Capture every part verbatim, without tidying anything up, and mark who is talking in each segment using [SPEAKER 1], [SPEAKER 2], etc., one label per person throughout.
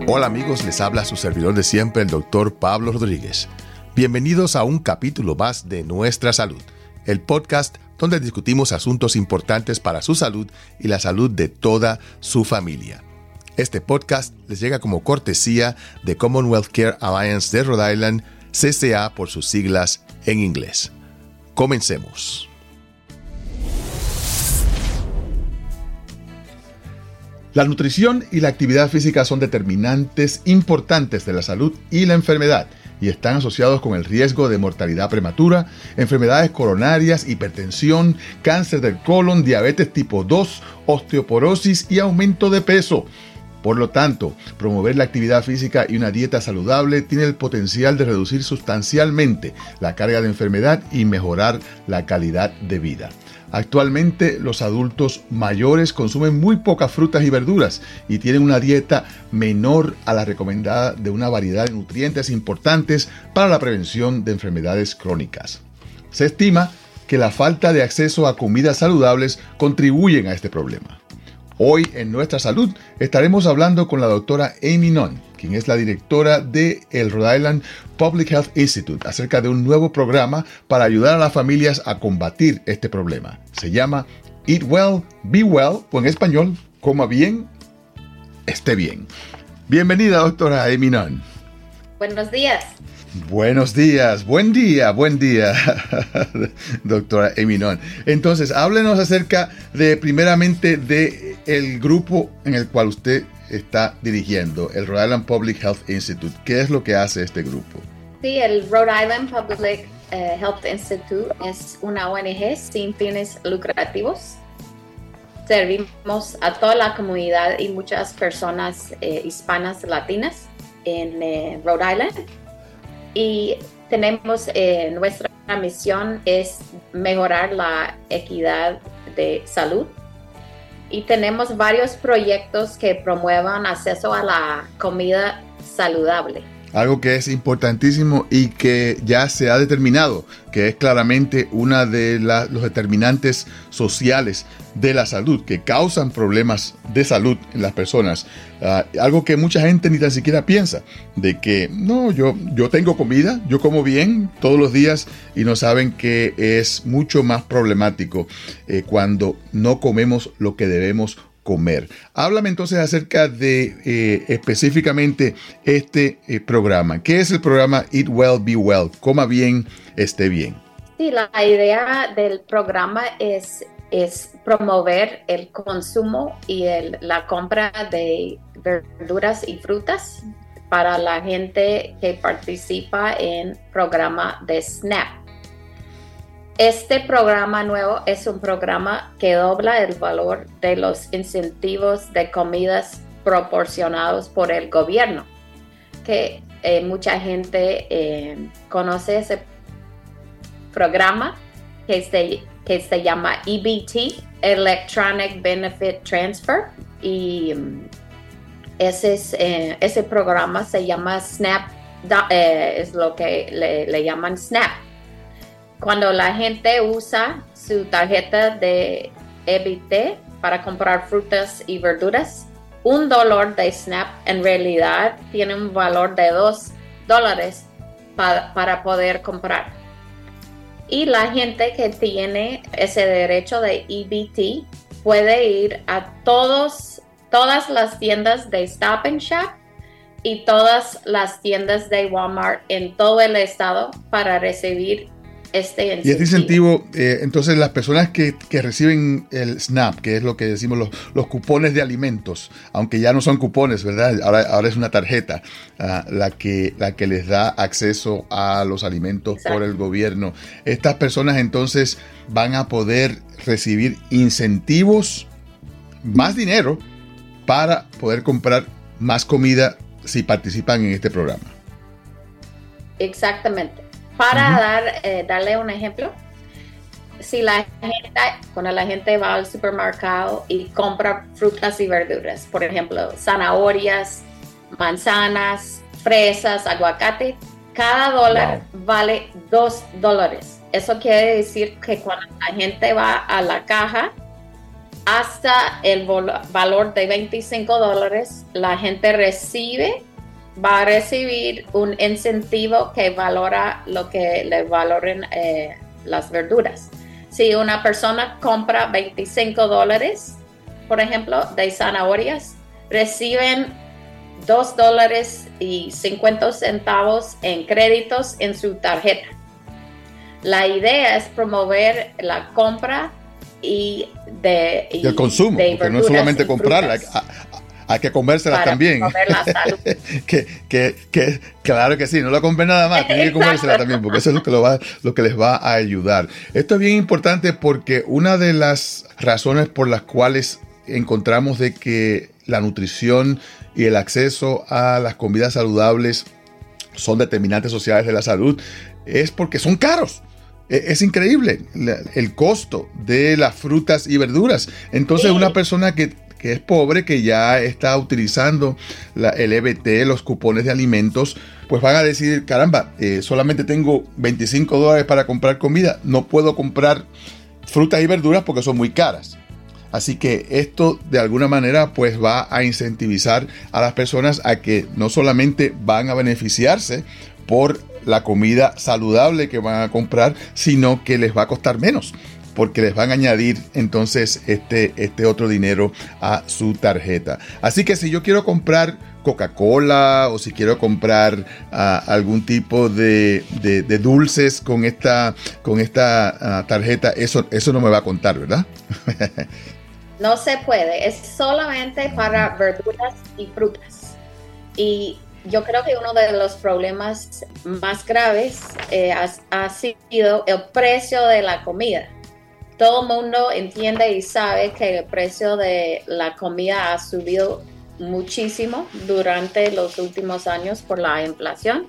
[SPEAKER 1] Hola amigos, les habla su servidor de siempre, el doctor Pablo Rodríguez. Bienvenidos a un capítulo más de Nuestra Salud, el podcast donde discutimos asuntos importantes para su salud y la salud de toda su familia. Este podcast les llega como cortesía de Commonwealth Care Alliance de Rhode Island, C C A por sus siglas en inglés. Comencemos. La nutrición y la actividad física son determinantes importantes de la salud y la enfermedad y están asociados con el riesgo de mortalidad prematura, enfermedades coronarias, hipertensión, cáncer del colon, diabetes tipo dos, osteoporosis y aumento de peso. Por lo tanto, promover la actividad física y una dieta saludable tiene el potencial de reducir sustancialmente la carga de enfermedad y mejorar la calidad de vida. Actualmente, los adultos mayores consumen muy pocas frutas y verduras y tienen una dieta menor a la recomendada de una variedad de nutrientes importantes para la prevención de enfermedades crónicas. Se estima que la falta de acceso a comidas saludables contribuyen a este problema. Hoy en Nuestra Salud estaremos hablando con la doctora Amy Nunn, quien es la directora del Rhode Island Public Health Institute, acerca de un nuevo programa para ayudar a las familias a combatir este problema. Se llama Eat Well, Be Well, o en español, coma bien, esté bien. Bienvenida, doctora Amy Nunn.
[SPEAKER 2] Buenos días.
[SPEAKER 1] Buenos días, buen día, buen día, doctora Amy Nunn. Entonces, háblenos acerca de, primeramente, de el grupo en el cual usted está dirigiendo, el Rhode Island Public Health Institute. ¿Qué es lo que hace este grupo?
[SPEAKER 2] Sí, el Rhode Island Public uh, Health Institute es una O N G sin fines lucrativos. Servimos a toda la comunidad y muchas personas eh, hispanas latinas en eh, Rhode Island. Y tenemos, eh, nuestra misión es mejorar la equidad de salud. Y tenemos varios proyectos que promuevan acceso a la comida saludable.
[SPEAKER 1] Algo que es importantísimo y que ya se ha determinado que es claramente uno de la, los determinantes sociales de la salud que causan problemas de salud en las personas. Uh, algo que mucha gente ni tan siquiera piensa, de que no, yo, yo tengo comida, yo como bien todos los días y no saben que es mucho más problemático eh, cuando no comemos lo que debemos comer. Háblame entonces acerca de eh, específicamente este eh, programa. ¿Qué es el programa Eat Well, Be Well? Coma bien, esté bien.
[SPEAKER 2] Sí, la idea del programa es, es promover el consumo y el, la compra de verduras y frutas para la gente que participa en el programa de SNAP. Este programa nuevo es un programa que dobla el valor de los incentivos de comidas proporcionados por el gobierno, que eh, mucha gente eh, conoce ese programa que se, que se llama E B T, Electronic Benefit Transfer, y um, ese, es, eh, ese programa se llama SNAP, eh, es lo que le, le llaman SNAP. Cuando la gente usa su tarjeta de E B T para comprar frutas y verduras, un dólar de SNAP en realidad tiene un valor de dos dólares pa- para poder comprar. Y la gente que tiene ese derecho de E B T puede ir a todos, todas las tiendas de Stop and Shop y todas las tiendas de Walmart en todo el estado para recibir este incentivo.
[SPEAKER 1] Y este incentivo, eh, entonces las personas que, que reciben el SNAP, que es lo que decimos los, los cupones de alimentos, aunque ya no son cupones, ¿verdad? Ahora, ahora es una tarjeta uh, la, que, la que les da acceso a los alimentos. Exacto. Por el gobierno. Estas personas entonces van a poder recibir incentivos, más dinero, para poder comprar más comida si participan en este programa.
[SPEAKER 2] Exactamente. Para uh-huh. dar, eh, darle un ejemplo, si la gente, cuando la gente va al supermercado y compra frutas y verduras, por ejemplo, zanahorias, manzanas, fresas, aguacate, cada dólar wow. vale dos dólares. Eso quiere decir que cuando la gente va a la caja hasta el vol- valor de veinticinco dólares, la gente recibe, va a recibir un incentivo que valora lo que le valoren eh, las verduras. Si una persona compra veinticinco dólares, por ejemplo, de zanahorias, reciben dos dólares y cincuenta centavos en créditos en su tarjeta. La idea es promover la compra y de y
[SPEAKER 1] el consumo,
[SPEAKER 2] de
[SPEAKER 1] porque no es solamente comprarla, hay, hay que comérselas
[SPEAKER 2] para
[SPEAKER 1] también.
[SPEAKER 2] promover la salud.
[SPEAKER 1] que, que, que, claro que sí, no lo compren nada más, tienen que comérsela también, porque eso es lo que, lo, va, lo que les va a ayudar. Esto es bien importante porque una de las razones por las cuales encontramos de que la nutrición y el acceso a las comidas saludables son determinantes sociales de la salud es porque son caros. Es increíble el costo de las frutas y verduras. Entonces, sí. una persona que, que es pobre, que ya está utilizando la, el E B T, los cupones de alimentos, pues van a decir, caramba, eh, solamente tengo veinticinco dólares para comprar comida. No puedo comprar frutas y verduras porque son muy caras. Así que esto de alguna manera pues va a incentivizar a las personas a que no solamente van a beneficiarse por la comida saludable que van a comprar, sino que les va a costar menos, porque les van a añadir entonces este, este otro dinero a su tarjeta. Así que si yo quiero comprar Coca-Cola o si quiero comprar uh, algún tipo de, de, de dulces con esta, con esta uh, tarjeta, eso, eso no me va a contar, ¿verdad?
[SPEAKER 2] No se puede, es solamente para verduras y frutas. Y yo creo que uno de los problemas más graves eh, ha, ha sido el precio de la comida. Todo el mundo entiende y sabe que el precio de la comida ha subido muchísimo durante los últimos años por la inflación.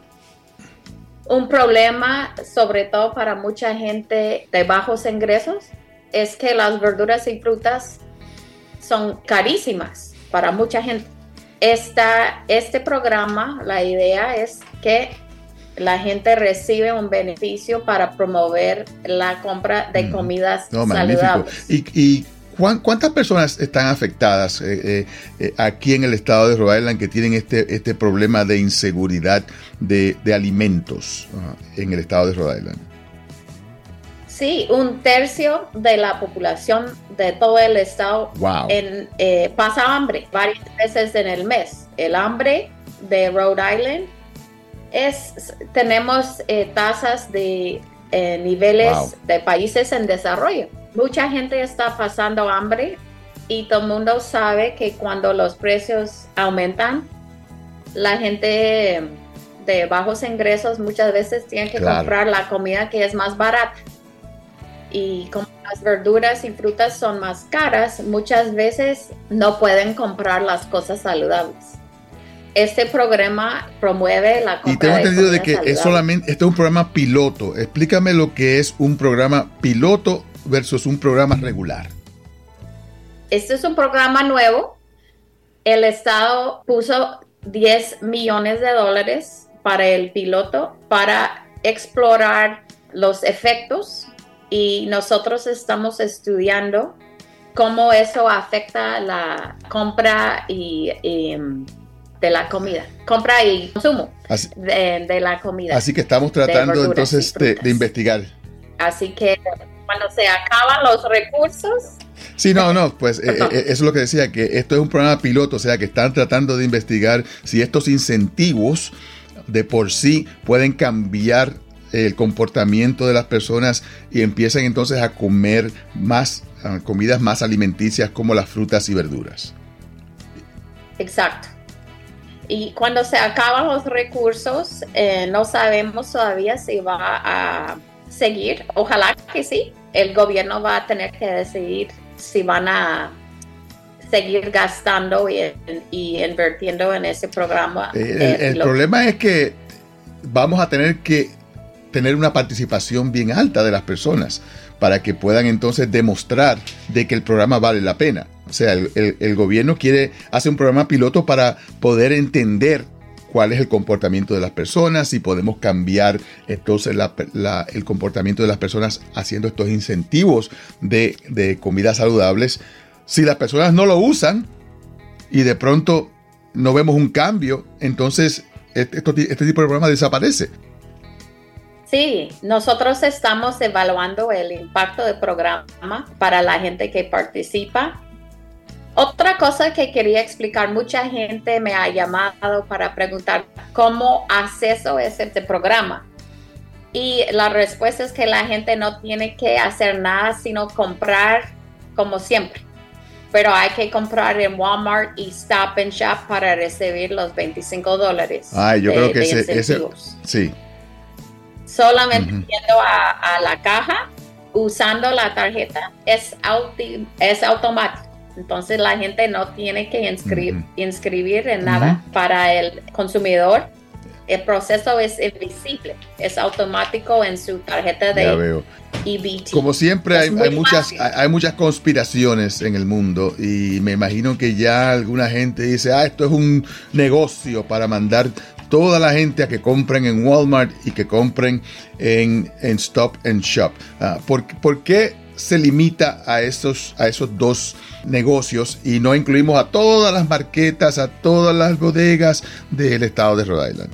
[SPEAKER 2] Un problema, sobre todo para mucha gente de bajos ingresos, es que las verduras y frutas son carísimas para mucha gente. Esta, este programa, la idea es que la gente recibe un beneficio para promover la compra de comidas no, saludables.
[SPEAKER 1] ¿Y, y cuán, cuántas personas están afectadas eh, eh, eh, aquí en el estado de Rhode Island que tienen este, este problema de inseguridad de, de alimentos uh, en el estado de Rhode Island?
[SPEAKER 2] Sí, un tercio de la población de todo el estado
[SPEAKER 1] wow.
[SPEAKER 2] en, eh, pasa hambre varias veces en el mes. El hambre de Rhode Island es, tenemos eh, tasas de eh, niveles wow. de países en desarrollo. Mucha gente está pasando hambre y todo el mundo sabe que cuando los precios aumentan, la gente de bajos ingresos muchas veces tiene que claro. comprar la comida que es más barata. Y como las verduras y frutas son más caras, muchas veces no pueden comprar las cosas saludables. Este programa promueve la compra.
[SPEAKER 1] Y tengo
[SPEAKER 2] de
[SPEAKER 1] entendido de que
[SPEAKER 2] saludable.
[SPEAKER 1] es solamente, este es un programa piloto. Explícame lo que es un programa piloto versus un programa regular.
[SPEAKER 2] Este es un programa nuevo. El estado puso diez millones de dólares para el piloto para explorar los efectos. Y nosotros estamos estudiando cómo eso afecta la compra y, y de la comida, compra y consumo así, de, de la comida.
[SPEAKER 1] Así que estamos tratando entonces de, de investigar.
[SPEAKER 2] Así que cuando se acaban los recursos...
[SPEAKER 1] Sí, no, no, pues eh, eh, eso es lo que decía, que esto es un programa piloto, o sea que están tratando de investigar si estos incentivos de por sí pueden cambiar el comportamiento de las personas y empiezan entonces a comer más uh, comidas más alimenticias como las frutas y verduras.
[SPEAKER 2] Exacto. Y cuando se acaban los recursos, eh, no sabemos todavía si va a seguir. Ojalá que sí. El gobierno va a tener que decidir si van a seguir gastando y, y invirtiendo en ese programa.
[SPEAKER 1] Eh, el el problema es que vamos a tener que tener una participación bien alta de las personas para que puedan entonces demostrar de que el programa vale la pena. O sea, el, el, el gobierno quiere hacer un programa piloto para poder entender cuál es el comportamiento de las personas, si podemos cambiar entonces la, la, el comportamiento de las personas haciendo estos incentivos de, de comidas saludables. Si las personas no lo usan y de pronto no vemos un cambio, entonces este, este tipo de programa desaparece.
[SPEAKER 2] Sí, nosotros estamos evaluando el impacto del programa para la gente que participa. Otra cosa que quería explicar, mucha gente me ha llamado para preguntar cómo acceso es este programa. Y la respuesta es que la gente no tiene que hacer nada sino comprar como siempre. Pero hay que comprar en Walmart y Stop and Shop para recibir los veinticinco dólares.
[SPEAKER 1] Ay, yo
[SPEAKER 2] de,
[SPEAKER 1] creo que
[SPEAKER 2] de
[SPEAKER 1] ese, ese, sí.
[SPEAKER 2] Solamente
[SPEAKER 1] Uh-huh.
[SPEAKER 2] yendo a, a la caja, usando la tarjeta, es, auti, es automático. Entonces la gente no tiene que inscri- uh-huh. inscribir en nada. Uh-huh. Para el consumidor, el proceso es invisible, es automático en su tarjeta de
[SPEAKER 1] ya veo.
[SPEAKER 2] E B T.
[SPEAKER 1] Como siempre hay, hay, muchas, hay, hay muchas conspiraciones en el mundo y me imagino que ya alguna gente dice, ah, esto es un negocio para mandar toda la gente a que compren en Walmart y que compren en, en Stop and Shop. Uh, ¿por, ¿Por qué se limita a esos, a esos dos negocios y no incluimos a todas las marquetas, a todas las bodegas del estado de Rhode Island?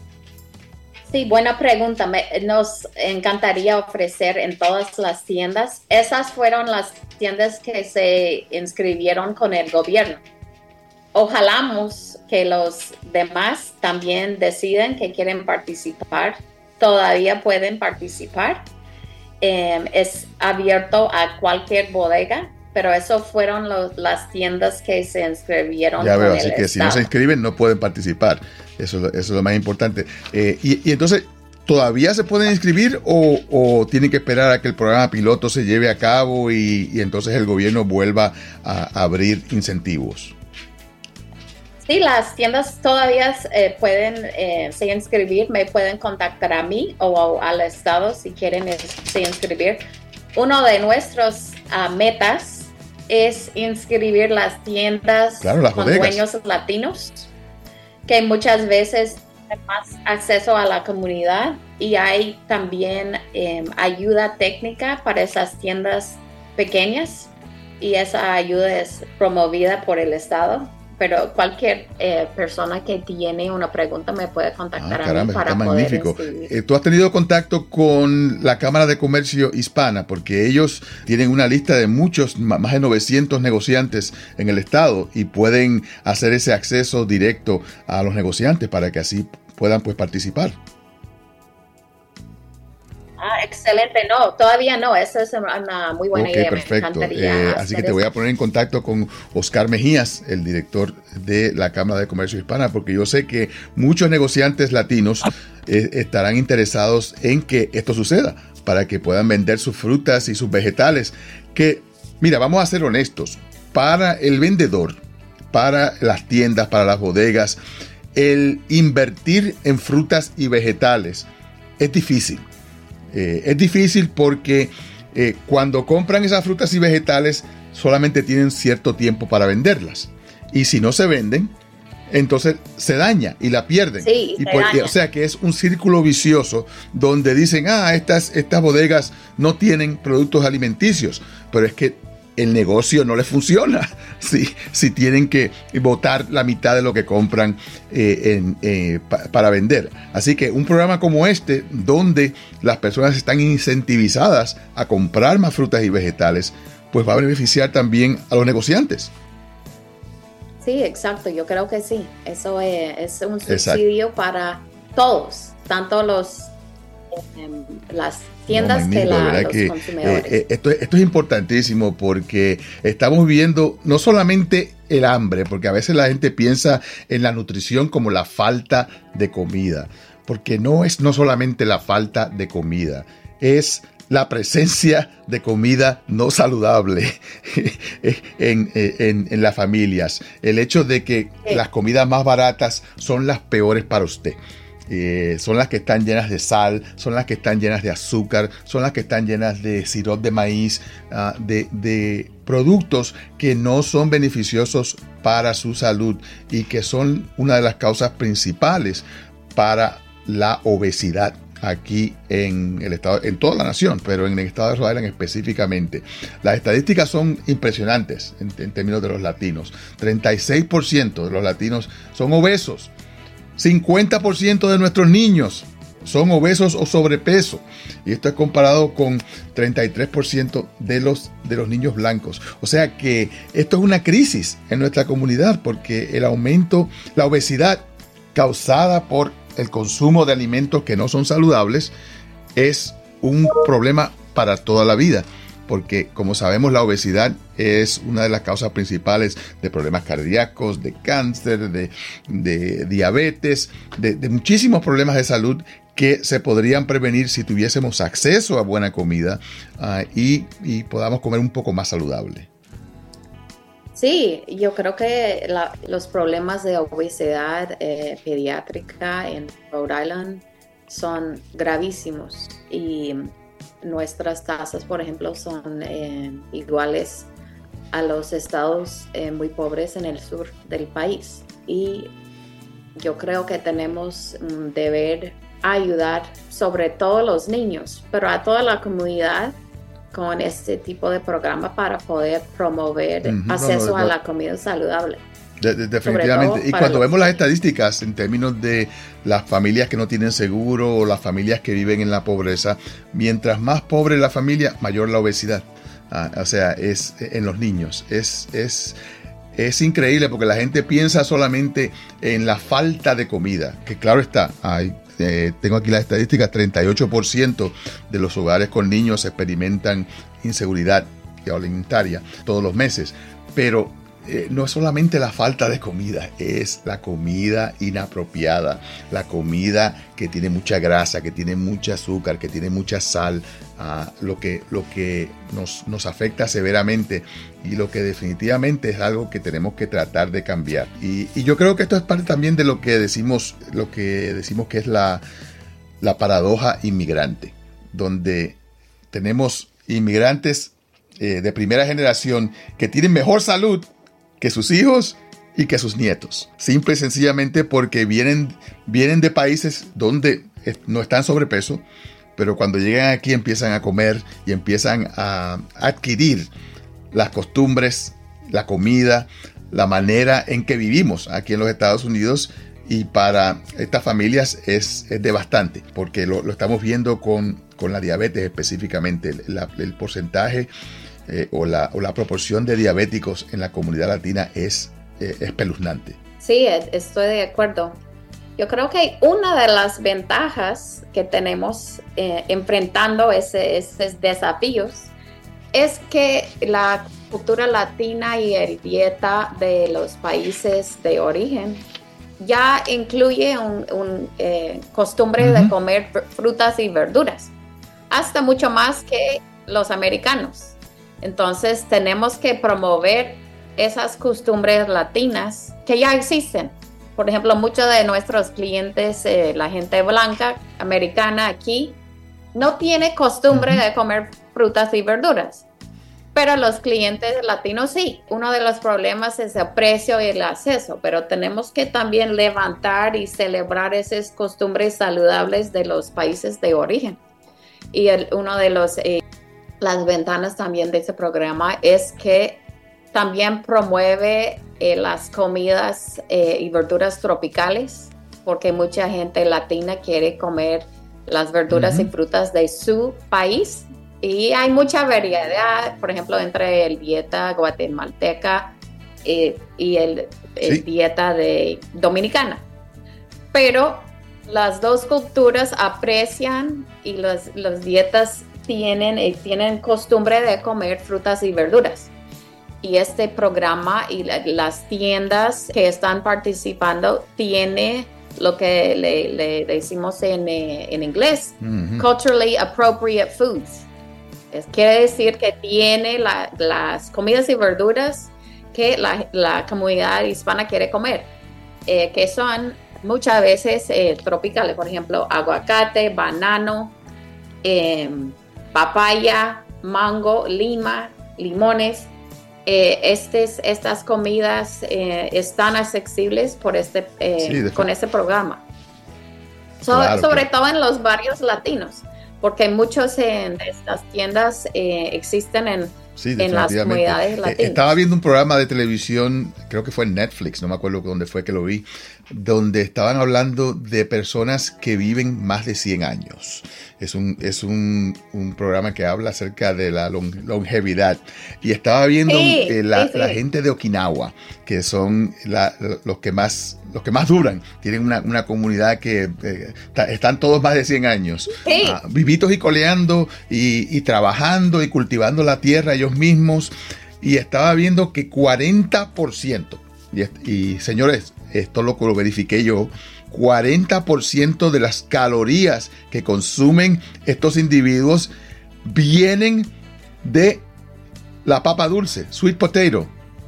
[SPEAKER 2] Sí, buena pregunta. Me, nos encantaría ofrecer en todas las tiendas. Esas fueron las tiendas que se inscribieron con el gobierno. Ojalá que los demás también deciden que quieren participar. Todavía pueden participar. Eh, es abierto a cualquier bodega, pero eso fueron los, las tiendas que se inscribieron.
[SPEAKER 1] Ya
[SPEAKER 2] con
[SPEAKER 1] veo,
[SPEAKER 2] el
[SPEAKER 1] así que
[SPEAKER 2] estado.
[SPEAKER 1] Si no se inscriben no pueden participar. Eso, eso es lo más importante. Eh, y, y entonces, ¿todavía se pueden inscribir o, o tienen que esperar a que el programa piloto se lleve a cabo y, y entonces el gobierno vuelva a abrir incentivos?
[SPEAKER 2] Sí, las tiendas todavía eh, pueden eh, se inscribir, me pueden contactar a mí o, o al estado si quieren es, se inscribir. Uno de nuestros uh, metas es inscribir las tiendas
[SPEAKER 1] claro, las
[SPEAKER 2] con
[SPEAKER 1] bodegas.
[SPEAKER 2] Dueños latinos, que muchas veces tienen más acceso a la comunidad y hay también eh, ayuda técnica para esas tiendas pequeñas y esa ayuda es promovida por el estado. Pero cualquier eh, persona que tiene una pregunta me puede contactar
[SPEAKER 1] ah, caramba,
[SPEAKER 2] a mí para
[SPEAKER 1] está
[SPEAKER 2] poder
[SPEAKER 1] magnífico.
[SPEAKER 2] inscribir.
[SPEAKER 1] Eh, ¿Tú has tenido contacto con la Cámara de Comercio Hispana? Porque ellos tienen una lista de muchos, más de novecientos negociantes en el estado y pueden hacer ese acceso directo a los negociantes para que así puedan pues participar.
[SPEAKER 2] Ah, excelente. No, todavía no. Esa es una muy buena
[SPEAKER 1] okay,
[SPEAKER 2] idea.
[SPEAKER 1] Perfecto.
[SPEAKER 2] Me encantaría
[SPEAKER 1] Eh, así que te
[SPEAKER 2] eso.
[SPEAKER 1] voy a poner en contacto con Oscar Mejías, el director de la Cámara de Comercio Hispana, porque yo sé que muchos negociantes latinos eh, estarán interesados en que esto suceda, para que puedan vender sus frutas y sus vegetales. Que, mira, vamos a ser honestos, para el vendedor, para las tiendas, para las bodegas, el invertir en frutas y vegetales es difícil. Eh, es difícil porque eh, cuando compran esas frutas y vegetales solamente tienen cierto tiempo para venderlas. Y si no se venden, entonces se daña y la pierden.
[SPEAKER 2] Sí,
[SPEAKER 1] y
[SPEAKER 2] se
[SPEAKER 1] por,
[SPEAKER 2] daña.
[SPEAKER 1] O sea que es un círculo vicioso donde dicen, ah, estas, estas bodegas no tienen productos alimenticios. Pero es que el negocio no les funciona si, si tienen que botar la mitad de lo que compran eh, en, eh, pa, para vender. Así que un programa como este, donde las personas están incentivizadas a comprar más frutas y vegetales, pues va a beneficiar también a los negociantes.
[SPEAKER 2] Sí, exacto. Yo creo que sí. Eso es, es un subsidio exacto. para todos, tanto los eh, las tiendas no, que la, los
[SPEAKER 1] que,
[SPEAKER 2] consumidores.
[SPEAKER 1] Eh, esto, esto es importantísimo porque estamos viendo no solamente el hambre, porque a veces la gente piensa en la nutrición como la falta de comida, porque no es no solamente la falta de comida, es la presencia de comida no saludable en, en, en las familias. El hecho de que sí. las comidas más baratas son las peores para usted. Eh, son las que están llenas de sal, son las que están llenas de azúcar, son las que están llenas de sirope de maíz, uh, de, de productos que no son beneficiosos para su salud y que son una de las causas principales para la obesidad aquí en el estado, en toda la nación, pero en el estado de Rhode Island específicamente. Las estadísticas son impresionantes en, en términos de los latinos. treinta y seis por ciento de los latinos son obesos. cincuenta por ciento de nuestros niños son obesos o sobrepeso. Y esto es comparado con treinta y tres por ciento de los, de los niños blancos. O sea que esto es una crisis en nuestra comunidad porque el aumento, la obesidad causada por el consumo de alimentos que no son saludables es un problema para toda la vida. Porque, como sabemos, la obesidad es una de las causas principales de problemas cardíacos, de cáncer, de, de diabetes, de, de muchísimos problemas de salud que se podrían prevenir si tuviésemos acceso a buena comida uh, y, y podamos comer un poco más saludable.
[SPEAKER 2] Sí, yo creo que la, los problemas de obesidad eh, pediátrica en Rhode Island son gravísimos y nuestras tasas, por ejemplo, son eh, iguales a los estados eh, muy pobres en el sur del país. Y yo creo que tenemos un deber ayudar sobre todo a los niños, pero a toda la comunidad con este tipo de programa para poder promover uh-huh. acceso no, no, no. a la comida saludable.
[SPEAKER 1] De, de, definitivamente. Y cuando vemos las estadísticas en términos de las familias que no tienen seguro o las familias que viven en la pobreza, mientras más pobre la familia, mayor la obesidad. Ah, o sea, es en los niños. Es, es, es increíble porque la gente piensa solamente en la falta de comida, que claro está, hay Eh, tengo aquí las estadísticas, treinta y ocho por ciento de los hogares con niños experimentan inseguridad alimentaria todos los meses, pero eh, no es solamente la falta de comida, es la comida inapropiada, la comida que tiene mucha grasa, que tiene mucho azúcar, que tiene mucha sal, uh, lo que, lo que nos, nos afecta severamente y lo que definitivamente es algo que tenemos que tratar de cambiar. Y, y yo creo que esto es parte también de lo que decimos, lo que decimos que es la, la paradoja inmigrante, donde tenemos inmigrantes eh, de primera generación que tienen mejor salud que sus hijos y que sus nietos. Simple y sencillamente porque vienen, vienen de países donde no están sobrepeso, pero cuando llegan aquí empiezan a comer y empiezan a adquirir las costumbres, la comida, la manera en que vivimos aquí en los Estados Unidos. Y para estas familias es, es devastante, porque lo, lo estamos viendo con, con la diabetes específicamente. La, el porcentaje eh, o, la, o la proporción de diabéticos en la comunidad latina es eh, espeluznante.
[SPEAKER 2] Sí, estoy de acuerdo. Yo creo que una de las ventajas que tenemos eh, enfrentando ese, esos desafíos es que la cultura latina y el dieta de los países de origen ya incluye un, un eh, costumbre uh-huh. de comer frutas y verduras, hasta mucho más que los americanos. Entonces tenemos que promover esas costumbres latinas que ya existen. Por ejemplo, muchos de nuestros clientes, eh, la gente blanca americana aquí, no tiene costumbre uh-huh. de comer frutas y verduras. Pero los clientes latinos sí. Uno de los problemas es el precio y el acceso, pero tenemos que también levantar y celebrar esas costumbres saludables de los países de origen. Y el, uno de los, eh, las ventanas también de ese programa es que también promueve eh, las comidas eh, y verduras tropicales, porque mucha gente latina quiere comer las verduras uh-huh. y frutas de su país. Y hay mucha variedad, por ejemplo, entre el dieta guatemalteca eh, y el, el sí. dieta de dominicana. Pero las dos culturas aprecian y las, las dietas tienen, eh, tienen costumbre de comer frutas y verduras. Y este programa y la, las tiendas que están participando tiene lo que le, le decimos en, eh, en inglés, uh-huh. culturally appropriate foods. Quiere decir que tiene la, las comidas y verduras que la, la comunidad hispana quiere comer, eh, que son muchas veces eh, tropicales, por ejemplo, aguacate, banano, eh, papaya, mango, lima, limones. Eh, estes, estas comidas eh, están accesibles por este, eh, sí, con este programa. So,
[SPEAKER 1] Claro
[SPEAKER 2] sobre
[SPEAKER 1] que-
[SPEAKER 2] todo en los barrios latinos, porque muchos en estas tiendas eh, existen en,
[SPEAKER 1] Sí,
[SPEAKER 2] en las
[SPEAKER 1] definitivamente.
[SPEAKER 2] comunidades
[SPEAKER 1] Eh,
[SPEAKER 2] latinas.
[SPEAKER 1] Estaba viendo un programa de televisión, creo que fue en Netflix, no me acuerdo dónde fue que lo vi, donde estaban hablando de personas que viven más de cien años. Es un, es un, un programa que habla acerca de la long- longevidad. Y estaba viendo
[SPEAKER 2] Sí,
[SPEAKER 1] eh, la,
[SPEAKER 2] sí, sí.
[SPEAKER 1] la gente de Okinawa, que son la- los que más los que más duran. Tienen una, una comunidad que eh, ta- están todos más de cien años.
[SPEAKER 2] Sí.
[SPEAKER 1] Ah, vivitos y coleando y, y trabajando y cultivando la tierra ellos mismos. Y estaba viendo que cuarenta por ciento, y, est- y señores, esto lo, lo verifiqué yo, cuarenta por ciento de las calorías que consumen estos individuos vienen de la papa dulce, sweet potato.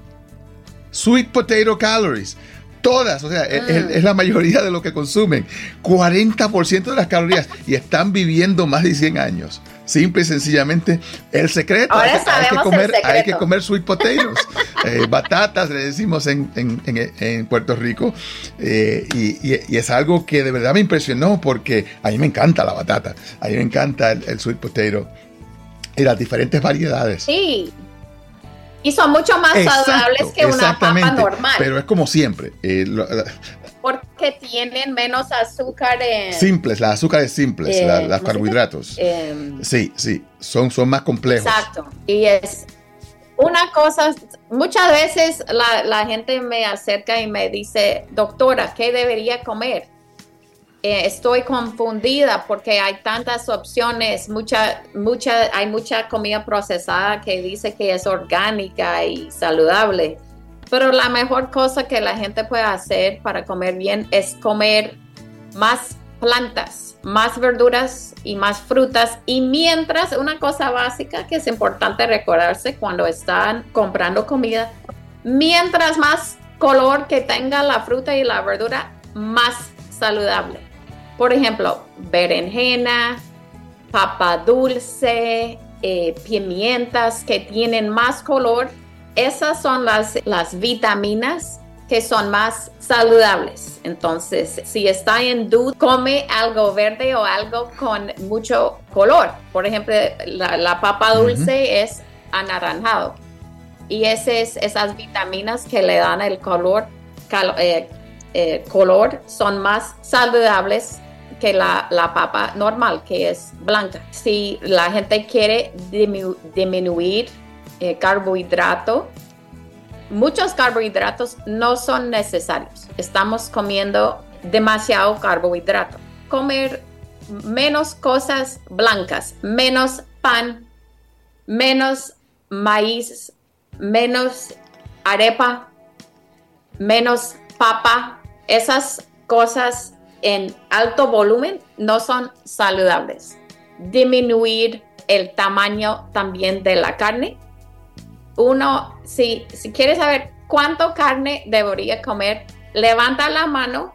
[SPEAKER 1] Sweet potato calories. Todas, o sea, es,
[SPEAKER 2] Mm.
[SPEAKER 1] es la mayoría de lo que consumen. cuarenta por ciento de las calorías y están viviendo más de cien años. Simple y sencillamente, el secreto.
[SPEAKER 2] Ahora
[SPEAKER 1] hay, que, hay que
[SPEAKER 2] sabemos el
[SPEAKER 1] comer, hay que
[SPEAKER 2] secreto.
[SPEAKER 1] comer sweet potatoes. Eh, batatas, le decimos en, en- en- en Puerto Rico. Eh, y, y- y es algo que de verdad me impresionó porque a mí me encanta la batata. A mí me encanta el, el sweet potato y las diferentes variedades.
[SPEAKER 2] Sí. Y son mucho más
[SPEAKER 1] Exacto,
[SPEAKER 2] saludables que una papa
[SPEAKER 1] exactamente,
[SPEAKER 2] normal.
[SPEAKER 1] pero es como siempre. eh, lo- la-
[SPEAKER 2] Porque tienen menos azúcar en...
[SPEAKER 1] simples, las azúcares simples,
[SPEAKER 2] Eh,
[SPEAKER 1] la-
[SPEAKER 2] ¿cómo
[SPEAKER 1] los
[SPEAKER 2] se
[SPEAKER 1] carbohidratos.
[SPEAKER 2] em,
[SPEAKER 1] Sí, sí, son, son más complejos.
[SPEAKER 2] Exacto. Y es una cosa, muchas veces la, la gente me acerca y me dice, doctora, ¿qué debería comer? Eh, estoy confundida porque hay tantas opciones, mucha, mucha, hay mucha comida procesada que dice que es orgánica y saludable. Pero la mejor cosa que la gente puede hacer para comer bien es comer más plantas, más verduras y más frutas. Y mientras, una cosa básica que es importante recordarse cuando están comprando comida, mientras más color que tenga la fruta y la verdura, más saludable. Por ejemplo, berenjena, papa dulce, eh, pimientas que tienen más color. Esas son las, las vitaminas que son más saludables. Entonces, si está en duda, come algo verde o algo con mucho color. Por ejemplo, la, la papa dulce uh-huh. es anaranjado. Y ese es, esas vitaminas que le dan el color, cal, eh, eh, color son más saludables que la, la papa normal, que es blanca. Si la gente quiere diminu- disminuir eh, carbohidrato, muchos carbohidratos no son necesarios. Estamos comiendo demasiado carbohidrato. Comer menos cosas blancas, menos pan, menos maíz, menos arepa, menos papa. Esas cosas en alto volumen no son saludables. Disminuir el tamaño también de la carne. Uno, si, si quieres saber cuánto carne debería comer, levanta la mano,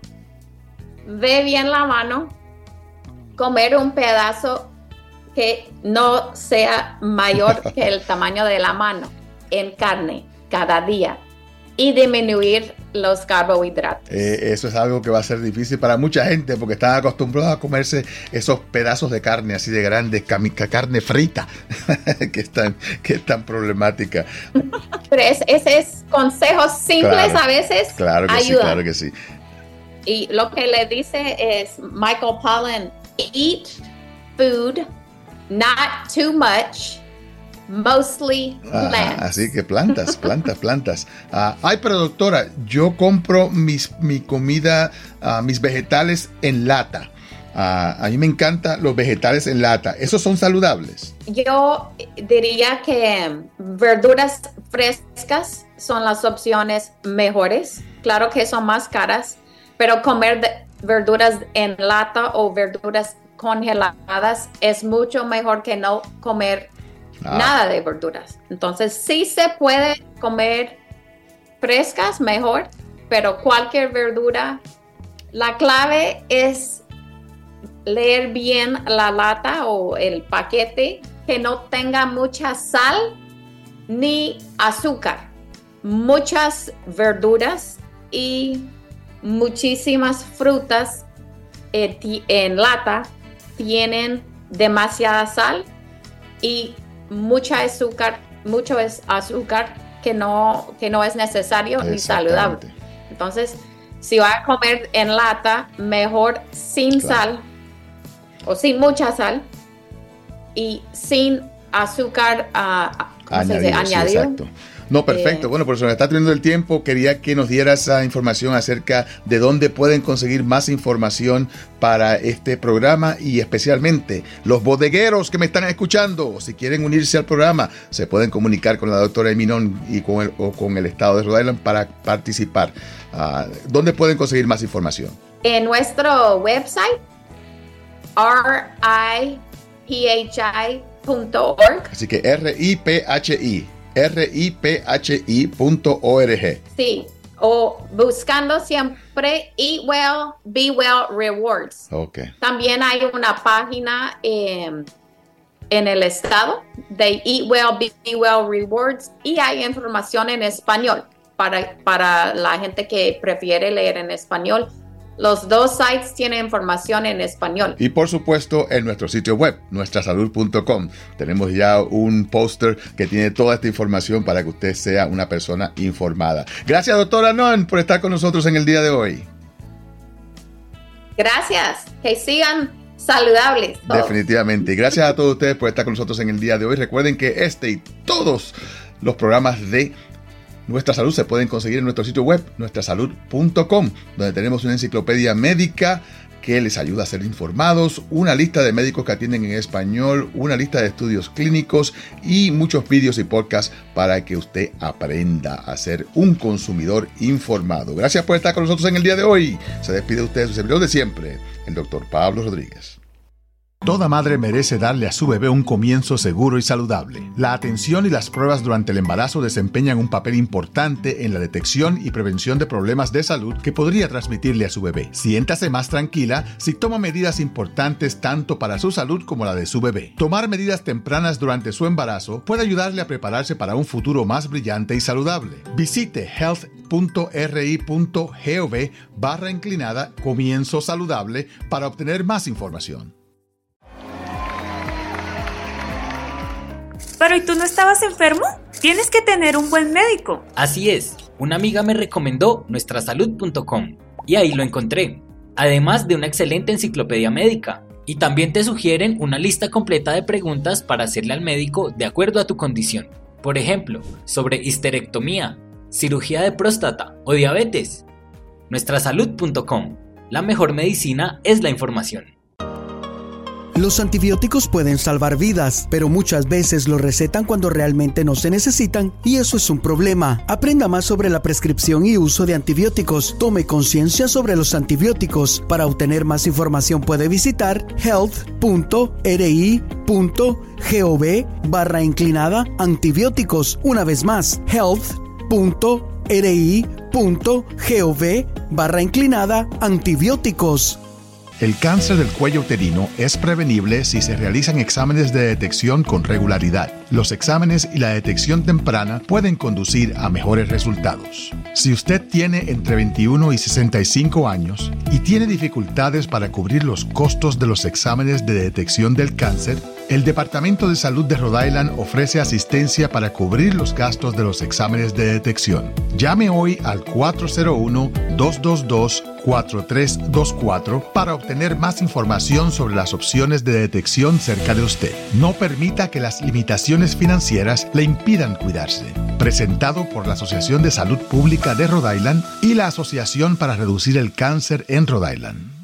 [SPEAKER 2] ve bien la mano, comer un pedazo que no sea mayor que el tamaño de la mano en carne cada día y disminuir los carbohidratos.
[SPEAKER 1] Eh, eso es algo que va a ser difícil para mucha gente porque están acostumbrados a comerse esos pedazos de carne así de grandes, carne frita, que, es tan, que es tan problemática.
[SPEAKER 2] Pero es, esos consejos simples
[SPEAKER 1] claro,
[SPEAKER 2] a veces
[SPEAKER 1] claro que
[SPEAKER 2] ayudan.
[SPEAKER 1] Sí, claro que sí.
[SPEAKER 2] Y lo que le dice es Michael Pollan, eat food, not too much, mostly plants.
[SPEAKER 1] Ajá, así que plantas, plantas, plantas. Uh, ay, pero doctora, yo compro mis, mi comida, uh, mis vegetales en lata. Uh, a mí me encantan los vegetales en lata. ¿Esos son saludables?
[SPEAKER 2] Yo diría que verduras frescas son las opciones mejores. Claro que son más caras, pero comer de verduras en lata o verduras congeladas es mucho mejor que no comer Ah. nada de verduras. Entonces sí se puede comer frescas mejor, pero cualquier verdura, la clave es leer bien la lata o el paquete, que no tenga mucha sal ni azúcar, muchas verduras y muchísimas frutas eh, ti- en lata tienen demasiada sal y mucha azúcar, mucho es azúcar que no, que no es necesario ni saludable. Entonces, si va a comer en lata, mejor sin claro. sal o sin mucha sal y sin azúcar uh, ¿cómo añadido, se dice?
[SPEAKER 1] Sí,
[SPEAKER 2] añadido.
[SPEAKER 1] Exacto. No, perfecto. Eh, bueno, por eso nos está teniendo el tiempo. Quería que nos diera esa información acerca de dónde pueden conseguir más información para este programa y especialmente los bodegueros que me están escuchando. Si quieren unirse al programa, se pueden comunicar con la doctora Eminón y con el, o con el estado de Rhode Island para participar. Uh, ¿Dónde pueden conseguir más información?
[SPEAKER 2] En nuestro website, R I P H I punto org.
[SPEAKER 1] Así que R I P H I. R I P H I punto org.
[SPEAKER 2] Sí, o buscando siempre Eat Well, Be Well Rewards.
[SPEAKER 1] Okay.
[SPEAKER 2] También hay una página eh, en el estado de Eat Well, Be Well Rewards y hay información en español para, para la gente que prefiere leer en español. Los dos sites tienen información en español.
[SPEAKER 1] Y por supuesto en nuestro sitio web, nuestra salud punto com. Tenemos ya un póster que tiene toda esta información para que usted sea una persona informada. Gracias, doctora Non, por estar con nosotros en el día de hoy.
[SPEAKER 2] Gracias. Que sigan saludables todos.
[SPEAKER 1] Definitivamente. Y gracias a todos ustedes por estar con nosotros en el día de hoy. Recuerden que este y todos los programas de Nuestra Salud se pueden conseguir en nuestro sitio web, nuestra salud punto com, donde tenemos una enciclopedia médica que les ayuda a ser informados, una lista de médicos que atienden en español, una lista de estudios clínicos y muchos vídeos y podcasts para que usted aprenda a ser un consumidor informado. Gracias por estar con nosotros en el día de hoy. Se despide usted de su servidor de siempre, el doctor Pablo Rodríguez. Toda madre merece darle a su bebé un comienzo seguro y saludable. La atención y las pruebas durante el embarazo desempeñan un papel importante en la detección y prevención de problemas de salud que podría transmitirle a su bebé. Siéntase más tranquila si toma medidas importantes tanto para su salud como la de su bebé. Tomar medidas tempranas durante su embarazo puede ayudarle a prepararse para un futuro más brillante y saludable. Visite health punto r i punto gov barra inclinada comienzo saludable para obtener más información.
[SPEAKER 3] ¿Pero y tú no estabas enfermo? Tienes que tener un buen médico.
[SPEAKER 4] Así es, una amiga me recomendó nuestra salud punto com y ahí lo encontré, además de una excelente enciclopedia médica. Y también te sugieren una lista completa de preguntas para hacerle al médico de acuerdo a tu condición. Por ejemplo, sobre histerectomía, cirugía de próstata o diabetes. nuestra salud punto com. La mejor medicina es la información.
[SPEAKER 5] Los antibióticos pueden salvar vidas, pero muchas veces los recetan cuando realmente no se necesitan y eso es un problema. Aprenda más sobre la prescripción y uso de antibióticos. Tome conciencia sobre los antibióticos. Para obtener más información puede visitar health punto r i punto gov barra inclinada antibióticos. Una vez más, health punto r i punto gov barra inclinada antibióticos.
[SPEAKER 1] El cáncer del cuello uterino es prevenible si se realizan exámenes de detección con regularidad. Los exámenes y la detección temprana pueden conducir a mejores resultados. Si usted tiene entre veintiuno y sesenta y cinco años y tiene dificultades para cubrir los costos de los exámenes de detección del cáncer, el Departamento de Salud de Rhode Island ofrece asistencia para cubrir los gastos de los exámenes de detección. Llame hoy al cuatro cero uno, dos dos dos, cuatro tres dos cuatro para obtener más información sobre las opciones de detección cerca de usted. No permita que las limitaciones financieras le impidan cuidarse. Presentado por la Asociación de Salud Pública de Rhode Island y la Asociación para Reducir el Cáncer en Rhode Island.